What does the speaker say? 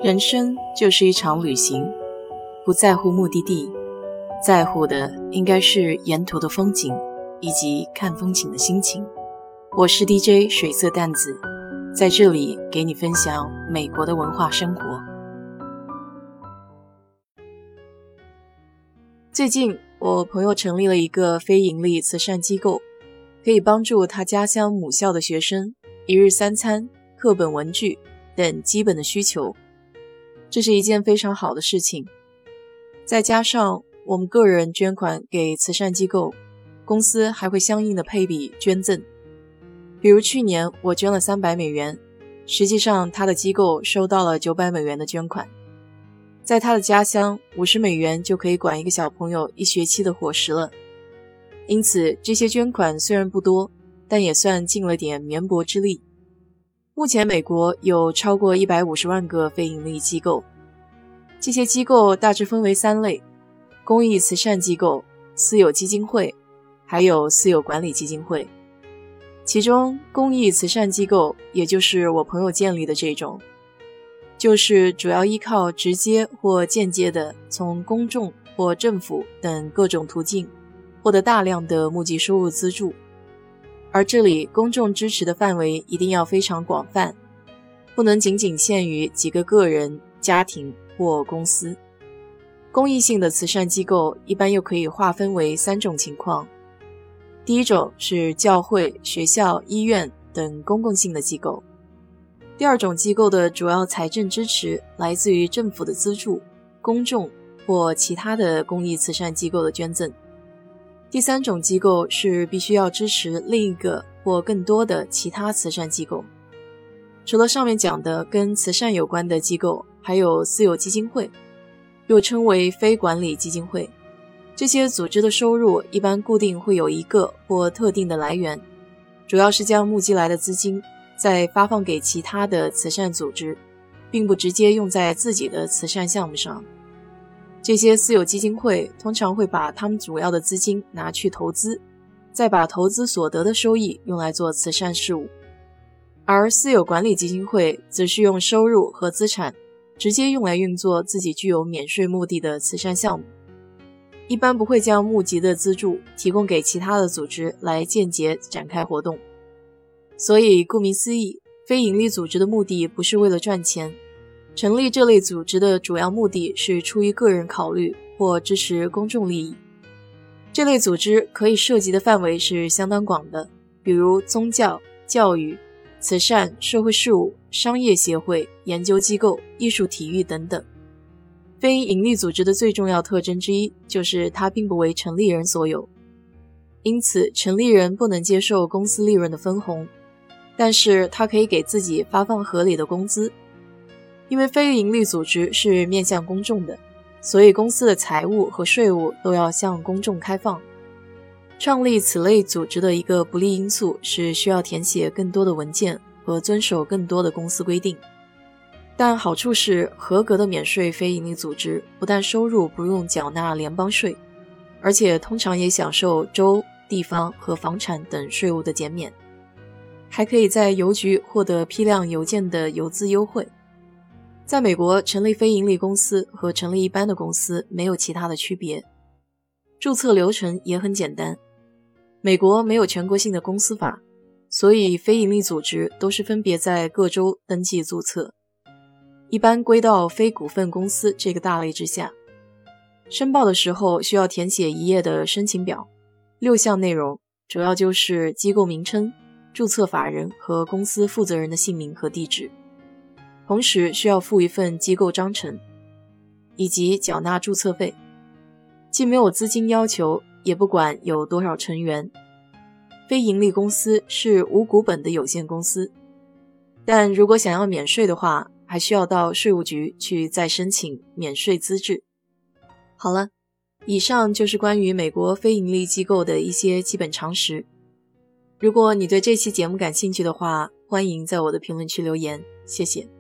人生就是一场旅行，不在乎目的地，在乎的应该是沿途的风景以及看风景的心情。我是 DJ 水色淡子，在这里给你分享美国的文化生活。最近我朋友成立了一个非营利慈善机构，可以帮助他家乡母校的学生一日三餐、课本文具等基本的需求，这是一件非常好的事情。再加上我们个人捐款给慈善机构，公司还会相应的配比捐赠。比如去年我捐了300美元，实际上他的机构收到了900美元的捐款。在他的家乡，50美元就可以管一个小朋友1学期的伙食了。因此这些捐款虽然不多，但也算尽了点绵薄之力。目前美国有超过150万个非营利机构，这些机构大致分为3类：公益慈善机构、私有基金会，还有私有管理基金会。其中公益慈善机构，也就是我朋友建立的这种，就是主要依靠直接或间接的从公众或政府等各种途径获得大量的募集收入资助。而这里公众支持的范围一定要非常广泛，不能仅仅限于几个个人、家庭或公司。公益性的慈善机构一般又可以划分为3种情况。第一种是教会、学校、医院等公共性的机构。第二种机构的主要财政支持来自于政府的资助、公众或其他的公益慈善机构的捐赠。第三种机构是必须要支持另一个或更多的其他慈善机构。除了上面讲的跟慈善有关的机构，还有私有基金会，又称为非管理基金会。这些组织的收入一般固定会有一个或特定的来源，主要是将募集来的资金再发放给其他的慈善组织，并不直接用在自己的慈善项目上。这些私有基金会通常会把他们主要的资金拿去投资，再把投资所得的收益用来做慈善事务。而私有管理基金会则是用收入和资产直接用来运作自己具有免税目的的慈善项目，一般不会将募集的资助提供给其他的组织来间接展开活动。所以顾名思义，非营利组织的目的不是为了赚钱，成立这类组织的主要目的是出于个人考虑或支持公众利益。这类组织可以涉及的范围是相当广的，比如宗教、教育、慈善、社会事务、商业协会、研究机构、艺术体育等等。非营利组织的最重要特征之一就是它并不为成立人所有，因此成立人不能接受公司利润的分红，但是他可以给自己发放合理的工资。因为非营利组织是面向公众的，所以公司的财务和税务都要向公众开放。创立此类组织的一个不利因素是需要填写更多的文件和遵守更多的公司规定。但好处是，合格的免税非营利组织不但收入不用缴纳联邦税，而且通常也享受州、地方和房产等税务的减免，还可以在邮局获得批量邮件的邮资优惠。在美国，成立非营利公司和成立一般的公司没有其他的区别，注册流程也很简单。美国没有全国性的公司法，所以非营利组织都是分别在各州登记注册，一般归到非股份公司这个大类之下。申报的时候需要填写1页的申请表，6项内容，主要就是机构名称、注册法人和公司负责人的姓名和地址，同时需要附一份机构章程，以及缴纳注册费。既没有资金要求，也不管有多少成员。非营利公司是无股本的有限公司，但如果想要免税的话，还需要到税务局去再申请免税资质。好了，以上就是关于美国非营利机构的一些基本常识。如果你对这期节目感兴趣的话，欢迎在我的评论区留言，谢谢。